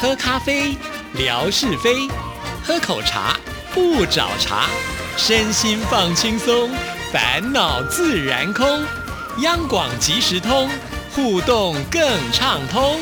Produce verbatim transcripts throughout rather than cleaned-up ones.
喝咖啡，聊是非；喝口茶，不找茬。身心放轻松，烦恼自然空。央广即时通，互动更畅通。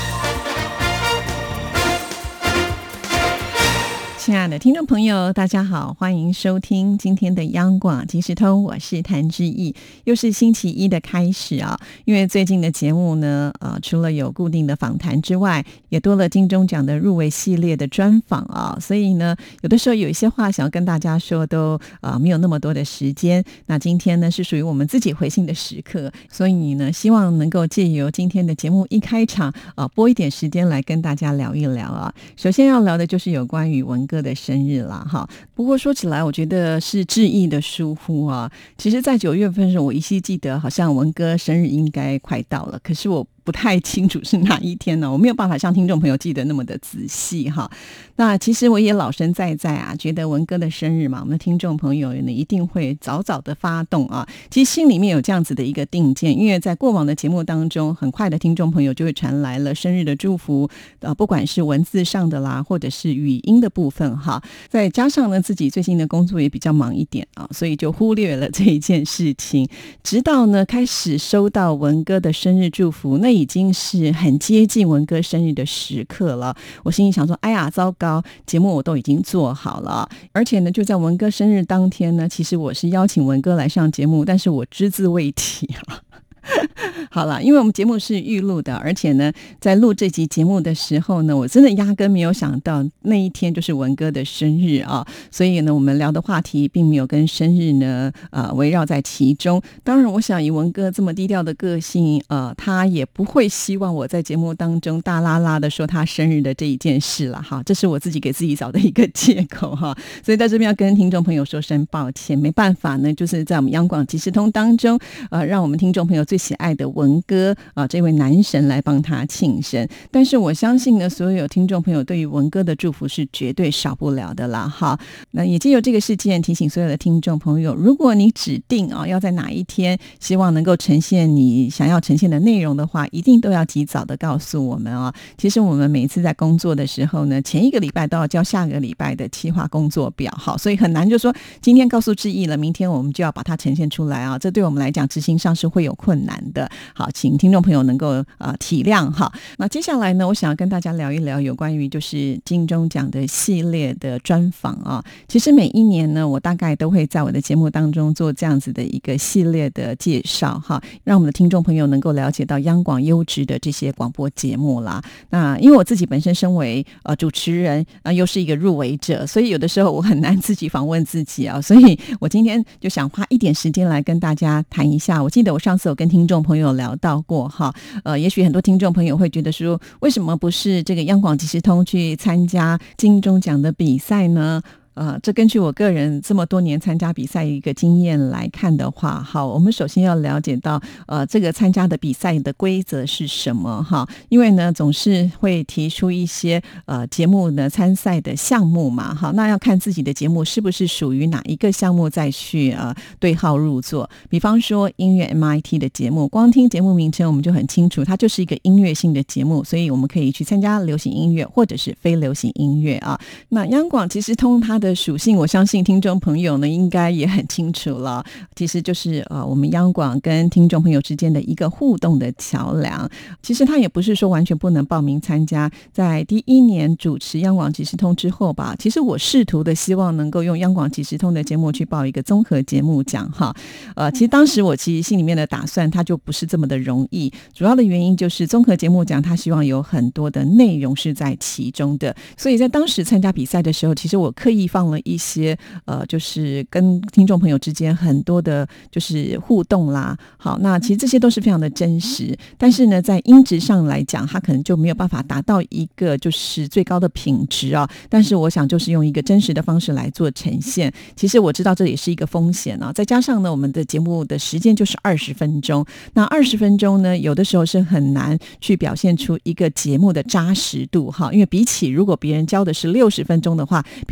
亲爱的听众朋友大家好，欢迎收听今天的央广即时通，我是谭志毅。又是星期一的开始啊，因为最近的节目呢呃，除了有固定的访谈之外，也多了金钟奖的入围系列的专访啊，所以呢有的时候有一些话想要跟大家说都呃没有那么多的时间。那今天呢是属于我们自己回信的时刻，所以呢希望能够借由今天的节目一开场呃拨一点时间来跟大家聊一聊啊。首先要聊的就是有关于文歌的生日啦哈。不过说起来我觉得是志毅的疏忽啊。其实在九月份的时候，我依稀记得好像文歌生日应该快到了，可是我不太清楚是哪一天呢，我没有办法像听众朋友记得那么的仔细哈。那其实我也老神在在啊，觉得文歌的生日嘛，我们的听众朋友呢一定会早早的发动啊。其实心里面有这样子的一个定见，因为在过往的节目当中，很快的听众朋友就会传来了生日的祝福，呃，不管是文字上的啦，或者是语音的部分哈。再加上呢自己最近的工作也比较忙一点啊，所以就忽略了这一件事情。直到呢开始收到文歌的生日祝福，那已经是很接近文歌生日的时刻了。我心里想说，哎呀糟糕，节目我都已经做好了，而且呢就在文歌生日当天呢，其实我是邀请文歌来上节目，但是我只字未提啊。好了，因为我们节目是预录的，而且呢在录这集节目的时候呢，我真的压根没有想到那一天就是文歌的生日啊，所以呢我们聊的话题并没有跟生日呢呃围绕在其中。当然我想以文歌这么低调的个性，呃他也不会希望我在节目当中大啦啦的说他生日的这一件事了哈，这是我自己给自己找的一个借口哈。所以在这边要跟听众朋友说声抱歉，没办法呢就是在我们央广即时通当中呃让我们听众朋友最喜爱的文歌啊、呃，这位男神来帮他庆生。但是我相信呢，所有听众朋友对于文歌的祝福是绝对少不了的啦哈。那也藉由这个事件提醒所有的听众朋友，如果你指定啊、哦、要在哪一天希望能够呈现你想要呈现的内容的话，一定都要及早的告诉我们啊、哦。其实我们每一次在工作的时候呢，前一个礼拜都要交下个礼拜的企划工作表，好，所以很难就说今天告诉志毅了，明天我们就要把它呈现出来啊，这对我们来讲执行上是会有困难的。好，请听众朋友能够呃体谅哈。那接下来呢，我想要跟大家聊一聊有关于就是金钟奖的系列的专访啊。其实每一年呢，我大概都会在我的节目当中做这样子的一个系列的介绍哈，让我们的听众朋友能够了解到央广优质的这些广播节目啦。那因为我自己本身身为呃主持人啊、呃，又是一个入围者，所以有的时候我很难自己访问自己啊，所以我今天就想花一点时间来跟大家谈一下。我记得我上次有跟听众朋友聊到过哈，呃，也许很多听众朋友会觉得说，为什么不是这个央广即时通去参加金钟奖的比赛呢？呃，这根据我个人这么多年参加比赛一个经验来看的话，好，我们首先要了解到呃，这个参加的比赛的规则是什么哈？因为呢总是会提出一些呃节目的参赛的项目嘛，好，那要看自己的节目是不是属于哪一个项目再去呃对号入座。比方说音乐 M I T 的节目，光听节目名称我们就很清楚，它就是一个音乐性的节目，所以我们可以去参加流行音乐或者是非流行音乐啊。那央广即时通它的属性，我相信听众朋友呢应该也很清楚了，其实就是呃我们央广跟听众朋友之间的一个互动的桥梁。其实它也不是说完全不能报名参加，在第一年主持央广即时通之后吧，其实我试图的希望能够用央广即时通的节目去报一个综合节目奖哈。呃，其实当时我其实心里面的打算，它就不是这么的容易，主要的原因就是综合节目奖它希望有很多的内容是在其中的，所以在当时参加比赛的时候，其实我刻意放了一些呃，就是跟听众朋友之间很多的就是互动啦。好，那其实这些都是非常的真实，但是呢在音质上来讲，它可能就没有办法达到一个就是最高的品质啊。但是我想就是用一个真实的方式来做呈现，其实我知道这也是一个风险啊。再加上呢我们的节目的时间就是二十分钟，那二十分钟呢有的时候是很难去表现出一个节目的扎实度哈，因为比起如果别人教的是六十分钟的话，别人是我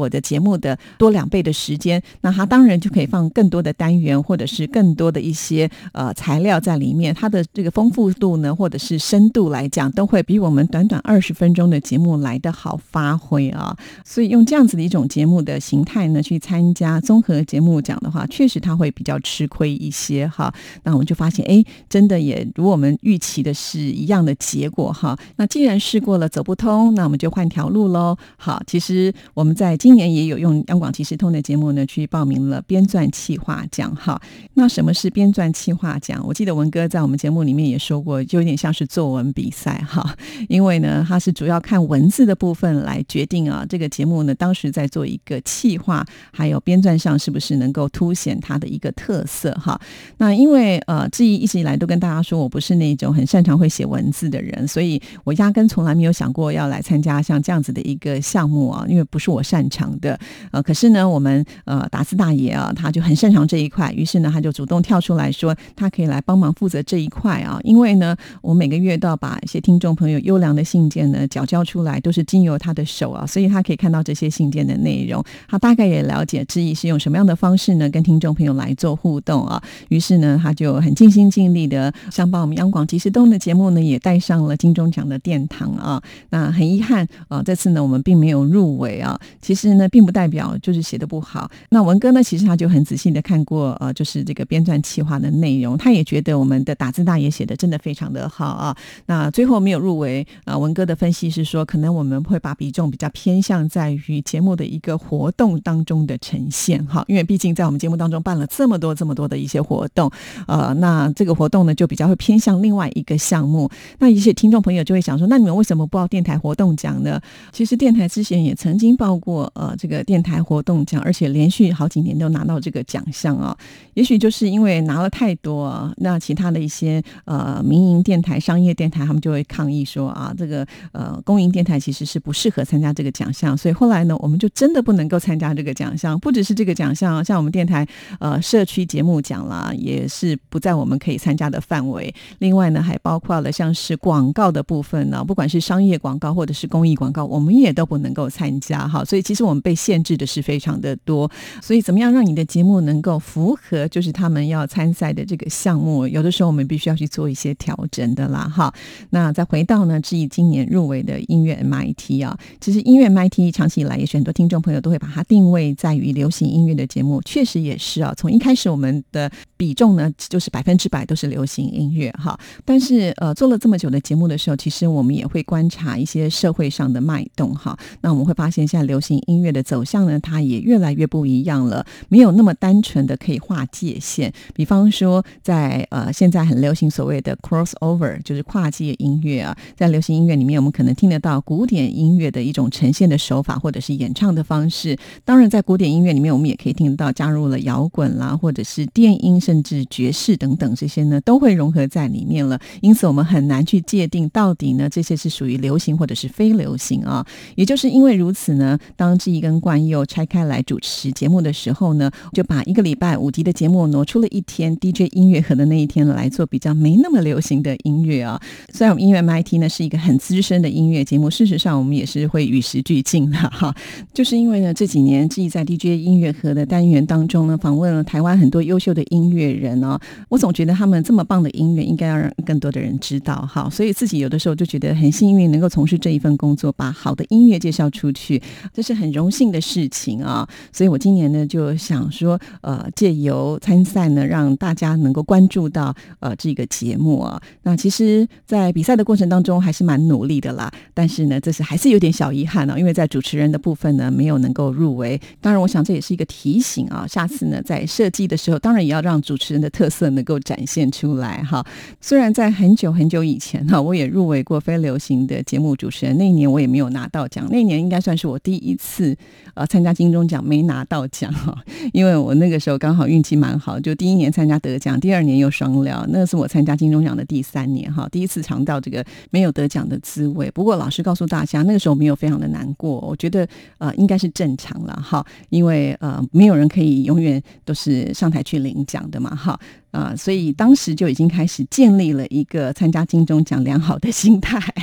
我的节目的多两倍的时间，那它当然就可以放更多的单元或者是更多的一些呃材料在里面，它的这个丰富度呢或者是深度来讲都会比我们短短二十分钟的节目来得好发挥啊。所以用这样子的一种节目的形态呢去参加综合节目奖的话，确实它会比较吃亏一些哈。那我们就发现哎，真的也如我们预期的是一样的结果哈。那既然试过了走不通，那我们就换条路咯。好，其实我们在今年也有用央广即时通的节目呢去报名了编撰企划奖哈。那什么是编撰企划奖？我记得文哥在我们节目里面也说过，就有点像是作文比赛哈。因为呢它是主要看文字的部分来决定啊这个节目呢当时在做一个企划还有编撰上是不是能够凸显它的一个特色哈。那因为呃志毅一直以来都跟大家说我不是那种很擅长会写文字的人，所以我压根从来没有想过要来参加像这样子的一个项目啊，因为不是我擅长的。呃，可是呢我们呃达斯大爷啊他就很擅长这一块，于是呢他就主动跳出来说他可以来帮忙负责这一块啊。因为呢我每个月都要把一些听众朋友优良的信件呢缴交出来，都是经由他的手啊，所以他可以看到这些信件的内容，他大概也了解志毅是用什么样的方式呢跟听众朋友来做互动啊。于是呢他就很尽心尽力的想把我们央广即时通的节目呢也带上了金钟奖的殿堂啊。那很遗憾啊，这次呢我们并没有入围啊。其实呢并不代表就是写得不好，那文哥呢其实他就很仔细的看过呃就是这个编撰企划的内容，他也觉得我们的打字大爷写的真的非常的好啊。那最后没有入围啊，文哥的分析是说可能我们会把比重比较偏向在于节目的一个活动当中的呈现哈，因为毕竟在我们节目当中办了这么多这么多的一些活动，呃，那这个活动呢就比较会偏向另外一个项目。那一些听众朋友就会想说，那你们为什么不报电台活动奖呢？其实电台之前也曾经报过呃这个电台活动奖，而且连续好几年都拿到这个奖项啊。也许就是因为拿了太多啊，那其他的一些呃民营电台、商业电台他们就会抗议说啊，这个呃公营电台其实是不适合参加这个奖项，所以后来呢我们就真的不能够参加这个奖项。不只是这个奖项，像我们电台呃社区节目奖啦也是不在我们可以参加的范围。另外呢还包括了像是广告的部分呢，不管是商业广告或者是公益广告我们也都不能够参加哈。所以其实我们被限制的是非常的多，所以怎么样让你的节目能够符合就是他们要参赛的这个项目，有的时候我们必须要去做一些调整的啦哈。那再回到呢志毅今年入围的音乐 M I T 啊，其实音乐 M I T 长期以来也许很多听众朋友都会把它定位在于流行音乐的节目，确实也是啊。从一开始我们的比重呢就是百分之百都是流行音乐哈，但是呃做了这么久的节目的时候，其实我们也会观察一些社会上的脉动哈。那我们会发现现在流行音乐的走向呢，它也越来越不一样了，没有那么单纯的可以划界限。比方说在呃现在很流行所谓的 crossover， 就是跨界音乐啊，在流行音乐里面我们可能听得到古典音乐的一种呈现的手法或者是演唱的方式，当然在古典音乐里面我们也可以听得到加入了摇滚啦或者是电音甚至爵士等等，这些呢都会融合在里面了。因此我们很难去界定到底呢这些是属于流行或者是非流行啊。也就是因为如此呢，当志毅跟冠佑拆开来主持节目的时候呢，就把一个礼拜五集的节目挪出了一天 D J 音乐盒的那一天来做比较没那么流行的音乐啊。虽然我们音乐 M I T 呢是一个很资深的音乐节目，事实上我们也是会与时俱进的哈。就是因为呢这几年志毅在 D J 音乐盒的单元当中呢，访问了台湾很多优秀的音乐人哦，我总觉得他们这么棒的音乐应该要让更多的人知道哈。所以自己有的时候就觉得很幸运能够从事这一份工作，把好的音乐介绍出去，这是很荣幸的事情啊。所以我今年呢就想说呃借由参赛呢让大家能够关注到呃这个节目啊。那其实在比赛的过程当中还是蛮努力的啦，但是呢这是还是有点小遗憾啊，因为在主持人的部分呢没有能够入围。当然我想这也是一个提醒啊，下次呢在设计的时候当然也要让主持人的特色能够展现出来哈。虽然在很久很久以前哈，我也入围过非流行的节目主持人，那一年我也没有拿到奖，那一年应该算是我第一次呃参加金钟奖没拿到奖哈，因为我那个时候刚好运气蛮好，就第一年参加得奖，第二年又双料，那是我参加金钟奖的第三年哈，第一次尝到这个没有得奖的滋味。不过老实告诉大家，那个时候没有非常的难过，我觉得呃应该是正常了哈，因为呃没有人可以永远都是上台去领奖的嘛哈。呃，所以当时就已经开始建立了一个参加金钟奖良好的心态。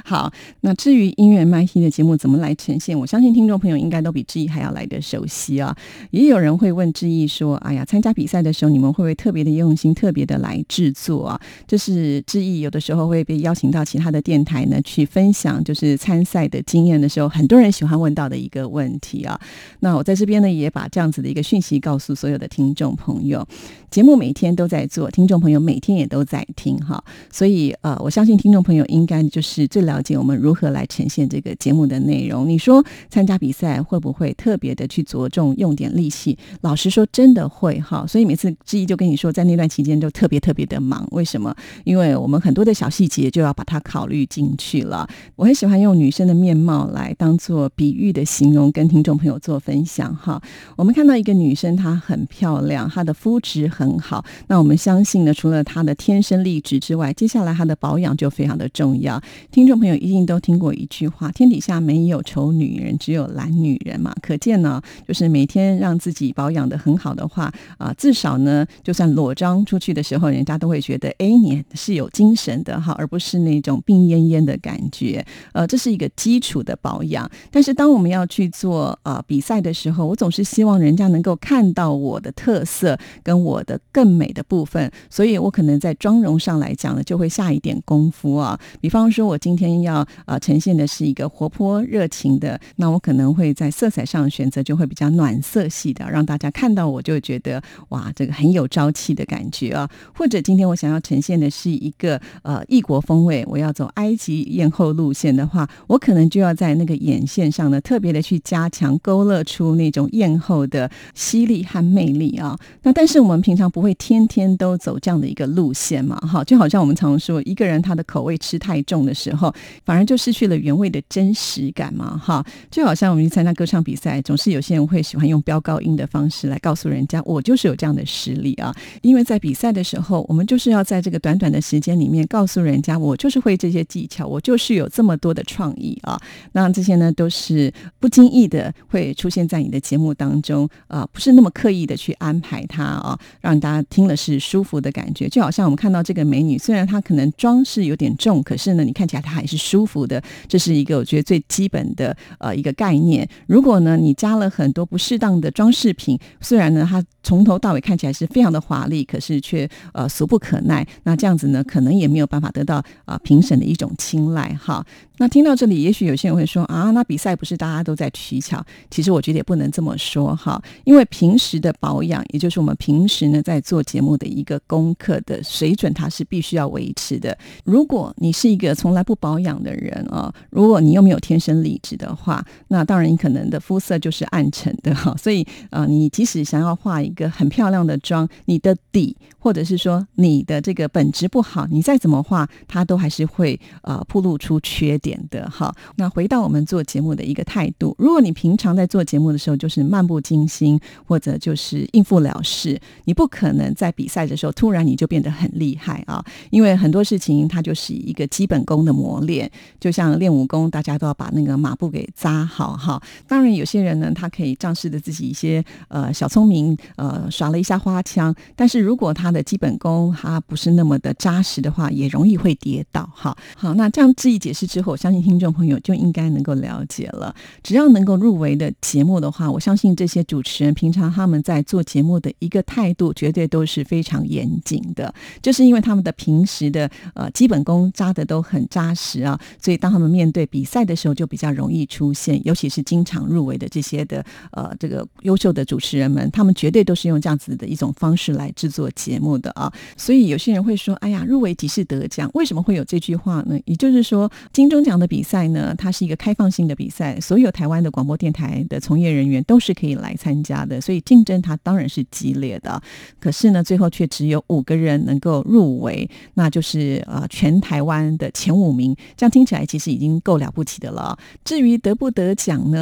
好，那至于音乐麦希的节目怎么来呈现，我相信听众朋友应该都比志毅还要来得熟悉啊。也有人会问志毅说，哎呀，参加比赛的时候你们会不会特别的用心，特别的来制作啊？就是志毅有的时候会被邀请到其他的电台呢去分享就是参赛的经验的时候，很多人喜欢问到的一个问题啊。那我在这边呢也把这样子的一个讯息告诉所有的听众朋友，节目每天都在做，听众朋友每天也都在听哈，所以呃，我相信听众朋友应该就是最了解我们如何来呈现这个节目的内容。你说参加比赛会不会特别的去着重用点力气？老实说真的会哈，所以每次志毅就跟你说在那段期间就特别特别的忙。为什么？因为我们很多的小细节就要把它考虑进去了。我很喜欢用女生的面貌来当做比喻的形容跟听众朋友做分享哈。我们看到一个女生她很漂亮，她的肤质很好，那我们相信呢，除了她的天生丽质之外，接下来她的保养就非常的重要。听众朋友一定都听过一句话，天底下没有丑女人，只有懒女人嘛。可见呢，就是每天让自己保养的很好的话啊、呃，至少呢就算裸妆出去的时候，人家都会觉得哎，你是有精神的哈，而不是那种病恹恹的感觉。呃，这是一个基础的保养。但是当我们要去做呃比赛的时候，我总是希望人家能够看到我的特色跟我的更美的部分，所以我可能在妆容上来讲呢，就会下一点功夫啊。比方说我今天要呃呈现的是一个活泼热情的，那我可能会在色彩上选择就会比较暖色系的，让大家看到我就觉得哇，这个很有朝气的感觉啊。或者今天我想要呈现的是一个呃异国风味，我要走埃及艳后路线的话，我可能就要在那个眼线上呢特别的去加强，勾勒出那种艳后的犀利和魅力啊。那但是我们平常不会天天都走这样的一个路线嘛，哈，就好像我们常说一个人他的口味吃太重的时候，反而就失去了原味的真实感嘛，哈，就好像我们去参加歌唱比赛，总是有些人会喜欢用飙高音的方式来告诉人家我就是有这样的实力啊。因为在比赛的时候，我们就是要在这个短短的时间里面告诉人家我就是会这些技巧，我就是有这么多的创意啊。那这些呢都是不经意的会出现在你的节目当中啊、呃，不是那么刻意的去安排它啊，让大家听了是舒服的感觉。就好像我们看到这个美女，虽然她可能妆是有点重，可是呢你看起来她还是舒服的，这是一个我觉得最基本的呃一个概念。如果呢你加了很多不适当的装饰品，虽然呢它从头到尾看起来是非常的华丽，可是却呃俗不可耐，那这样子呢可能也没有办法得到呃评审的一种青睐哈。那听到这里，也许有些人会说啊，那比赛不是大家都在取巧？其实我觉得也不能这么说哈，因为平时的保养，也就是我们平时呢在做节目的一个功课的水准，它是必须要维持的。如果你是一个从来不保养的人啊，如果你又没有天生丽质的话，那当然你可能的肤色就是暗沉的哈。所以呃，你即使想要画一个很漂亮的妆，你的底或者是说你的这个本质不好，你再怎么画，它都还是会呃暴露出缺点的哈。那回到我们做节目的一个态度，如果你平常在做节目的时候就是漫不经心，或者就是应付了事，你不可能在比赛的时候突然你就变得很厉害啊。因为很多事情它就是一个基本功的磨练，就像练武功，大家都要把那个马步给扎好哈。当然有些人呢，他可以仗势的自己一些呃小聪明，呃耍了一下花枪，但是如果他的基本功他不是那么的扎实的话，也容易会跌倒哈。好，那这样质疑解释之后，我相信听众朋友就应该能够了解了。只要能够入围的节目的话，我相信这些主持人平常他们在做节目的一个态度绝对都是非常严谨的，就是因为他们的平时的呃基本功扎的都很扎实啊，所以当他们面对比赛的时候就比较容易出现，尤其是经常入围的这些的呃这个优秀的主持人们，他们绝对都是用这样子的一种方式来制作节目的啊。所以有些人会说，哎呀，入围即是得奖，为什么会有这句话呢？也就是说，金钟奖的比赛呢，它是一个开放性的比赛，所有台湾的广播电台的从业人员都是可以来参加的，所以竞争它当然是激烈的。可是呢，最后却只有五个人能够入围，那就是呃全台湾的前五名，这样听起来其实已经够了不起的了。至于得不得奖呢，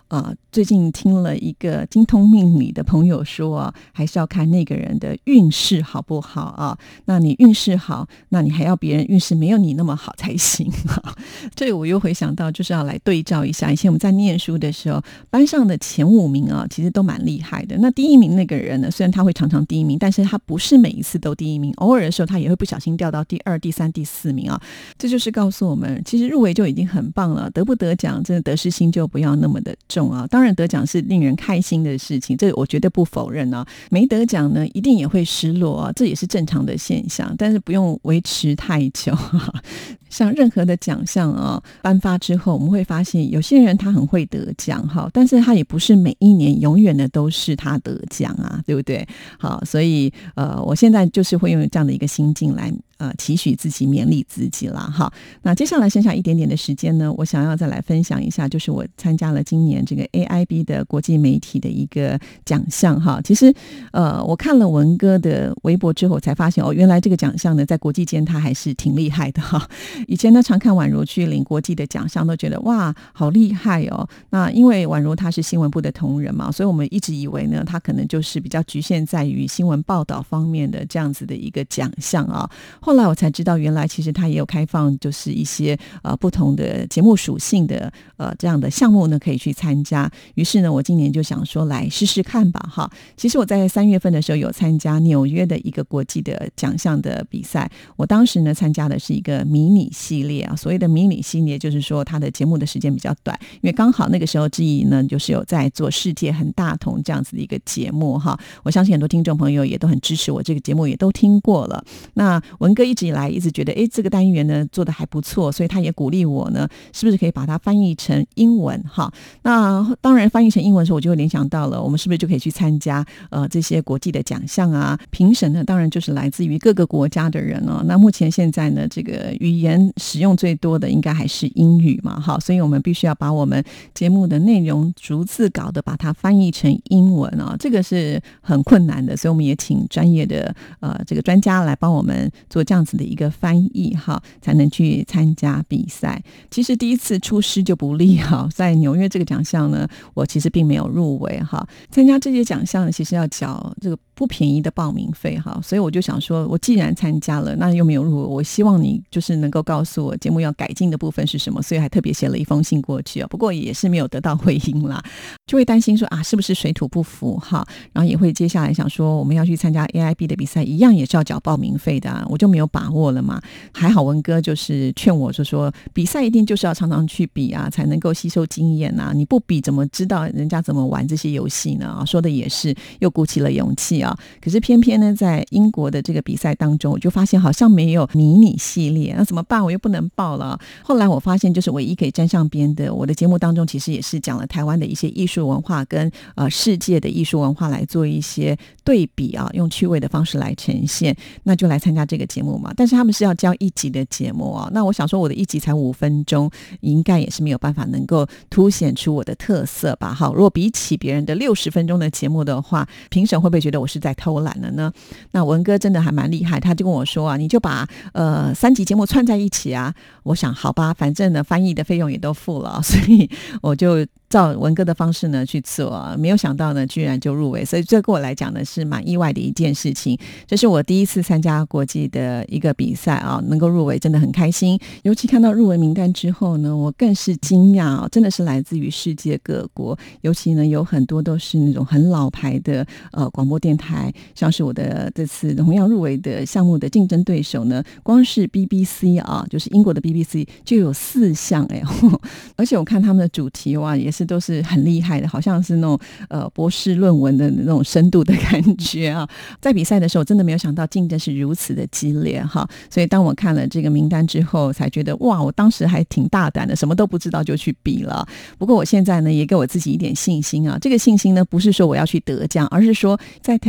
呃，最近听了一个精通命理的朋友说啊，还是要看那个人的运势好不好啊。那你运势好，那你还要别人运势没有你那么好才行啊。这个我又回想到，就是要来对照一下，以前我们在念书的时候，班上的前五名啊，其实都蛮厉害的。那第一名那个人呢，虽然他会常常第一名，但是他不是每一次都第一名，偶尔的时候他也会不小心掉到第二、第三、第四名啊。这就是告诉我们，其实入围就已经很棒了，得不得奖真的得失心就不要那么的重啊。当然得奖是令人开心的事情，这我绝对不否认啊。没得奖呢，一定也会失落啊，这也是正常的现象，但是不用维持太久啊。像任何的奖项啊，颁发之后，我们会发现有些人他很会得奖哈，但是他也不是每一年永远的都是他得奖啊，对不对？好，所以呃，我现在就是会用这样的一个心境来呃期许自己，勉励自己啦哈。那接下来剩下一点点的时间呢，我想要再来分享一下，就是我参加了今年这个 A I B 的国际媒体的一个奖项哈。其实呃，我看了文哥的微博之后，才发现哦，原来这个奖项呢，在国际间他还是挺厉害的哈。以前呢，常看婉如去领国际的奖项，都觉得哇，好厉害哦。那因为婉如她是新闻部的同仁嘛，所以我们一直以为呢，她可能就是比较局限在于新闻报道方面的这样子的一个奖项啊。后来我才知道，原来其实她也有开放，就是一些呃不同的节目属性的呃这样的项目呢，可以去参加。于是呢，我今年就想说来试试看吧哈。其实我在三月份的时候有参加纽约的一个国际的奖项的比赛，我当时呢参加的是一个迷你系列啊，所谓的迷你系列就是说它的节目的时间比较短，因为刚好那个时候之一呢就是有在做世界很大同这样子的一个节目哈，我相信很多听众朋友也都很支持我这个节目，也都听过了。那文哥一直以来一直觉得诶这个单元呢做得还不错，所以他也鼓励我呢是不是可以把它翻译成英文哈。那当然翻译成英文的时候，我就会联想到了我们是不是就可以去参加呃这些国际的奖项啊，评审呢当然就是来自于各个国家的人哦。那目前现在呢这个语言使用最多的应该还是英语嘛，好，所以我们必须要把我们节目的内容逐字稿的把它翻译成英文啊，这个是很困难的，所以我们也请专业的呃这个专家来帮我们做这样子的一个翻译哈，才能去参加比赛。其实第一次出师就不利哈，在纽约这个奖项呢，我其实并没有入围哈。参加这些奖项其实要缴这个不便宜的报名费哈，所以我就想说，我既然参加了，那又没有入围，我希望你就是能够告诉我节目要改进的部分是什么，所以还特别写了一封信过去哦。不过也是没有得到回音啦，就会担心说啊，是不是水土不服哈？然后也会接下来想说，我们要去参加 A I B 的比赛，一样也是要缴报名费的啊，我就没有把握了嘛。还好文哥就是劝我就说，比赛一定就是要常常去比啊，才能够吸收经验啊，你不比怎么知道人家怎么玩这些游戏呢？啊，说的也是，又鼓起了勇气啊。可是偏偏呢，在英国的这个比赛当中，我就发现好像没有迷你系列，那怎么办？我又不能报了。后来我发现，就是唯一可以沾上边的，我的节目当中其实也是讲了台湾的一些艺术文化跟呃世界的艺术文化来做一些对比啊，用趣味的方式来呈现，那就来参加这个节目嘛。但是他们是要教一集的节目啊，那我想说我的一集才五分钟，应该也是没有办法能够凸显出我的特色吧。好，如果比起别人的六十分钟的节目的话，评审会不会觉得我是在偷懒了呢？那文哥真的还蛮厉害，他就跟我说啊，你就把呃三集节目串在一起啊。我想好吧，反正呢翻译的费用也都付了，所以我就照文哥的方式呢去做，没有想到呢居然就入围，所以这对我来讲呢是蛮意外的一件事情。这是我第一次参加国际的一个比赛啊，能够入围真的很开心。尤其看到入围名单之后呢，我更是惊讶哦，真的是来自于世界各国，尤其呢有很多都是那种很老牌的呃广播电台，像是我的这次同样入围的项目的竞争对手呢，光是 B B C 啊，就是英国的 B B C 就有四项哎，而且我看他们的主题哇也是都是很厉害的，好像是那种呃博士论文的那种深度的感觉啊。在比赛的时候真的没有想到竞争是如此的激烈哈，所以当我看了这个名单之后才觉得哇，我当时还挺大胆的，什么都不知道就去比了。不过我现在呢也给我自己一点信心啊，这个信心呢不是说我要去得奖，而是说在台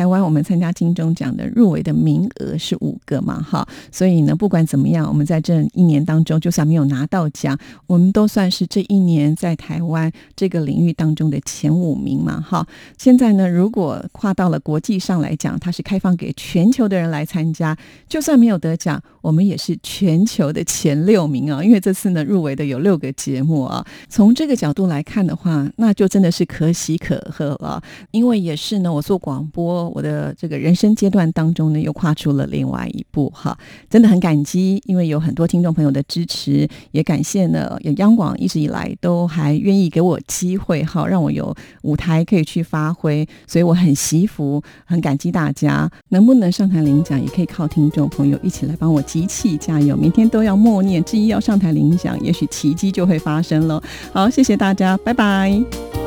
湾我们参加金钟奖的入围的名额是五个嘛，哈，所以呢不管怎么样，我们在这一年当中就算没有拿到奖，我们都算是这一年在台湾这个领域当中的前五名嘛，哈。现在呢如果跨到了国际上来讲，它是开放给全球的人来参加，就算没有得奖，我们也是全球的前六名啊，因为这次呢入围的有六个节目啊。从这个角度来看的话，那就真的是可喜可贺了，因为也是呢我做广播，我的这个人生阶段当中呢又跨出了另外一步哈，真的很感激，因为有很多听众朋友的支持，也感谢呢有央广一直以来都还愿意给我机会哈，让我有舞台可以去发挥，所以我很惜福，很感激大家。能不能上台领奖也可以靠听众朋友一起来帮我集气加油，明天都要默念之一要上台领奖，也许奇迹就会发生了。好，谢谢大家，拜拜。